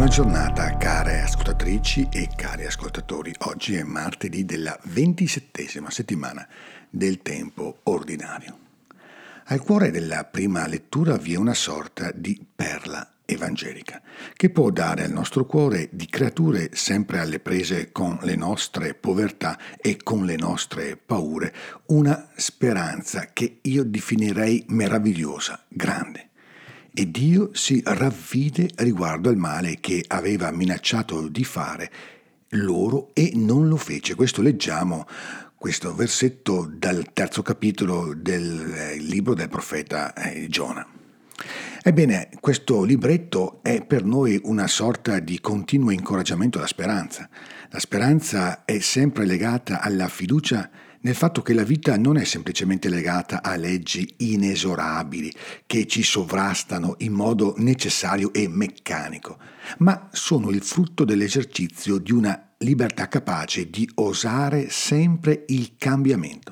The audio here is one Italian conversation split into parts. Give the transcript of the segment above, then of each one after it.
Buona giornata care ascoltatrici e cari ascoltatori. Oggi è martedì della 27ª settimana del tempo ordinario. Al cuore della prima lettura vi è una sorta di perla evangelica che può dare al nostro cuore di creature sempre alle prese con le nostre povertà e con le nostre paure una speranza che io definirei meravigliosa, grande. E Dio si ravvide riguardo al male che aveva minacciato di fare loro e non lo fece. Questo leggiamo, questo versetto dal 3° capitolo del libro del profeta Giona. Ebbene, questo libretto è per noi una sorta di continuo incoraggiamento alla speranza. La speranza è sempre legata alla fiducia nel fatto che la vita non è semplicemente legata a leggi inesorabili che ci sovrastano in modo necessario e meccanico, ma sono il frutto dell'esercizio di una libertà capace di osare sempre il cambiamento.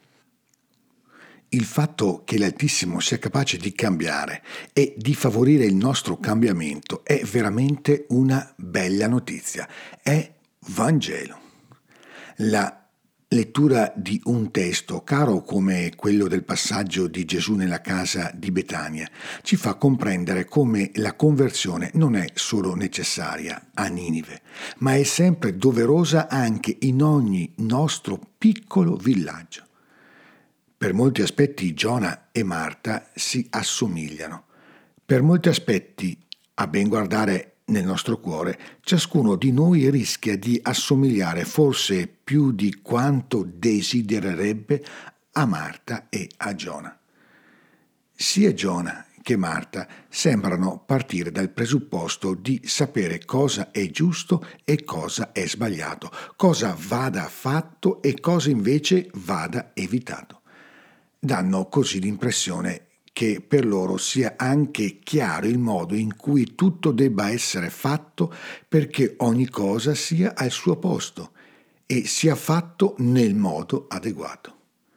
Il fatto che l'Altissimo sia capace di cambiare e di favorire il nostro cambiamento è veramente una bella notizia, è Vangelo. La lettura di un testo caro come quello del passaggio di Gesù nella casa di Betania ci fa comprendere come la conversione non è solo necessaria a Ninive, ma è sempre doverosa anche in ogni nostro piccolo villaggio. Per molti aspetti Giona e Marta si assomigliano. Per molti aspetti, a ben guardare nel nostro cuore, ciascuno di noi rischia di assomigliare forse più di quanto desidererebbe a Marta e a Giona. Sia Giona che Marta sembrano partire dal presupposto di sapere cosa è giusto e cosa è sbagliato, cosa vada fatto e cosa invece vada evitato. Danno così l'impressione che per loro sia anche chiaro il modo in cui tutto debba essere fatto perché ogni cosa sia al suo posto e sia fatto nel modo adeguato.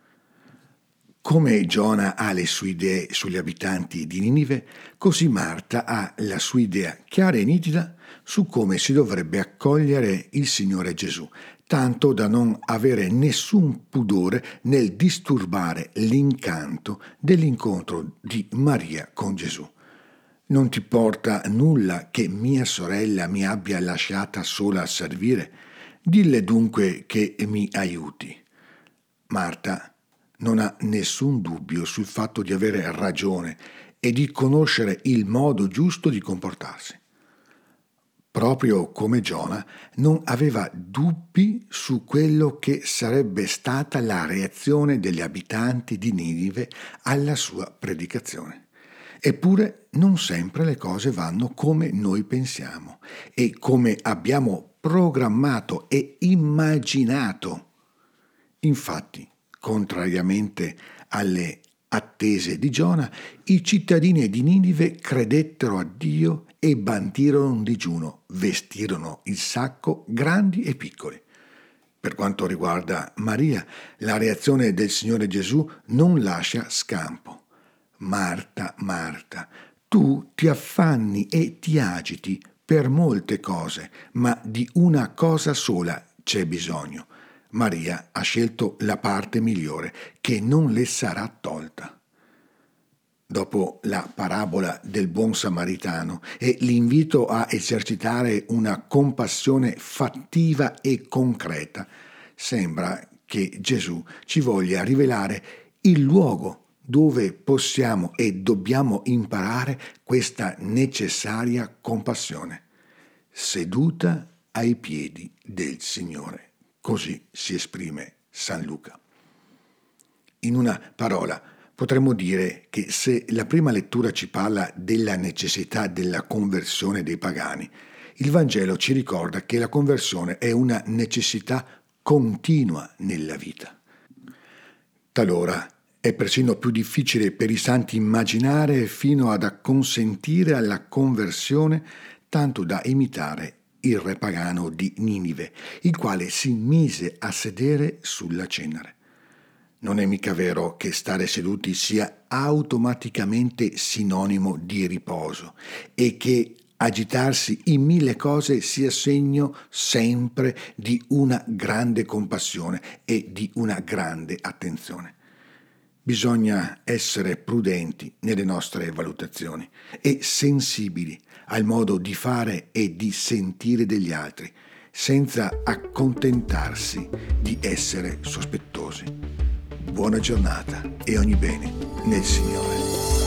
Come Giona ha le sue idee sugli abitanti di Ninive, così Marta ha la sua idea chiara e nitida su come si dovrebbe accogliere il Signore Gesù, tanto da non avere nessun pudore nel disturbare l'incanto dell'incontro di Maria con Gesù. Non ti porta nulla che mia sorella mi abbia lasciata sola a servire? Dille dunque che mi aiuti. Marta non ha nessun dubbio sul fatto di avere ragione e di conoscere il modo giusto di comportarsi. Proprio come Giona, non aveva dubbi su quello che sarebbe stata la reazione degli abitanti di Ninive alla sua predicazione. Eppure non sempre le cose vanno come noi pensiamo e come abbiamo programmato e immaginato. Infatti, contrariamente alle attese di Giona, i cittadini di Ninive credettero a Dio e bandirono un digiuno, vestirono il sacco grandi e piccoli. Per quanto riguarda Maria, la reazione del Signore Gesù non lascia scampo. Marta, Marta, tu ti affanni e ti agiti per molte cose, ma di una cosa sola c'è bisogno. Maria ha scelto la parte migliore, che non le sarà tolta. Dopo la parabola del buon samaritano e l'invito a esercitare una compassione fattiva e concreta, sembra che Gesù ci voglia rivelare il luogo dove possiamo e dobbiamo imparare questa necessaria compassione, seduta ai piedi del Signore. Così si esprime San Luca. In una parola, potremmo dire che se la prima lettura ci parla della necessità della conversione dei pagani, il Vangelo ci ricorda che la conversione è una necessità continua nella vita. Talora è persino più difficile per i santi immaginare fino ad acconsentire alla conversione, tanto da imitare il re pagano di Ninive, il quale si mise a sedere sulla cenere. Non è mica vero che stare seduti sia automaticamente sinonimo di riposo e che agitarsi in mille cose sia segno sempre di una grande compassione e di una grande attenzione. Bisogna essere prudenti nelle nostre valutazioni e sensibili al modo di fare e di sentire degli altri, senza accontentarsi di essere sospettosi. Buona giornata e ogni bene nel Signore.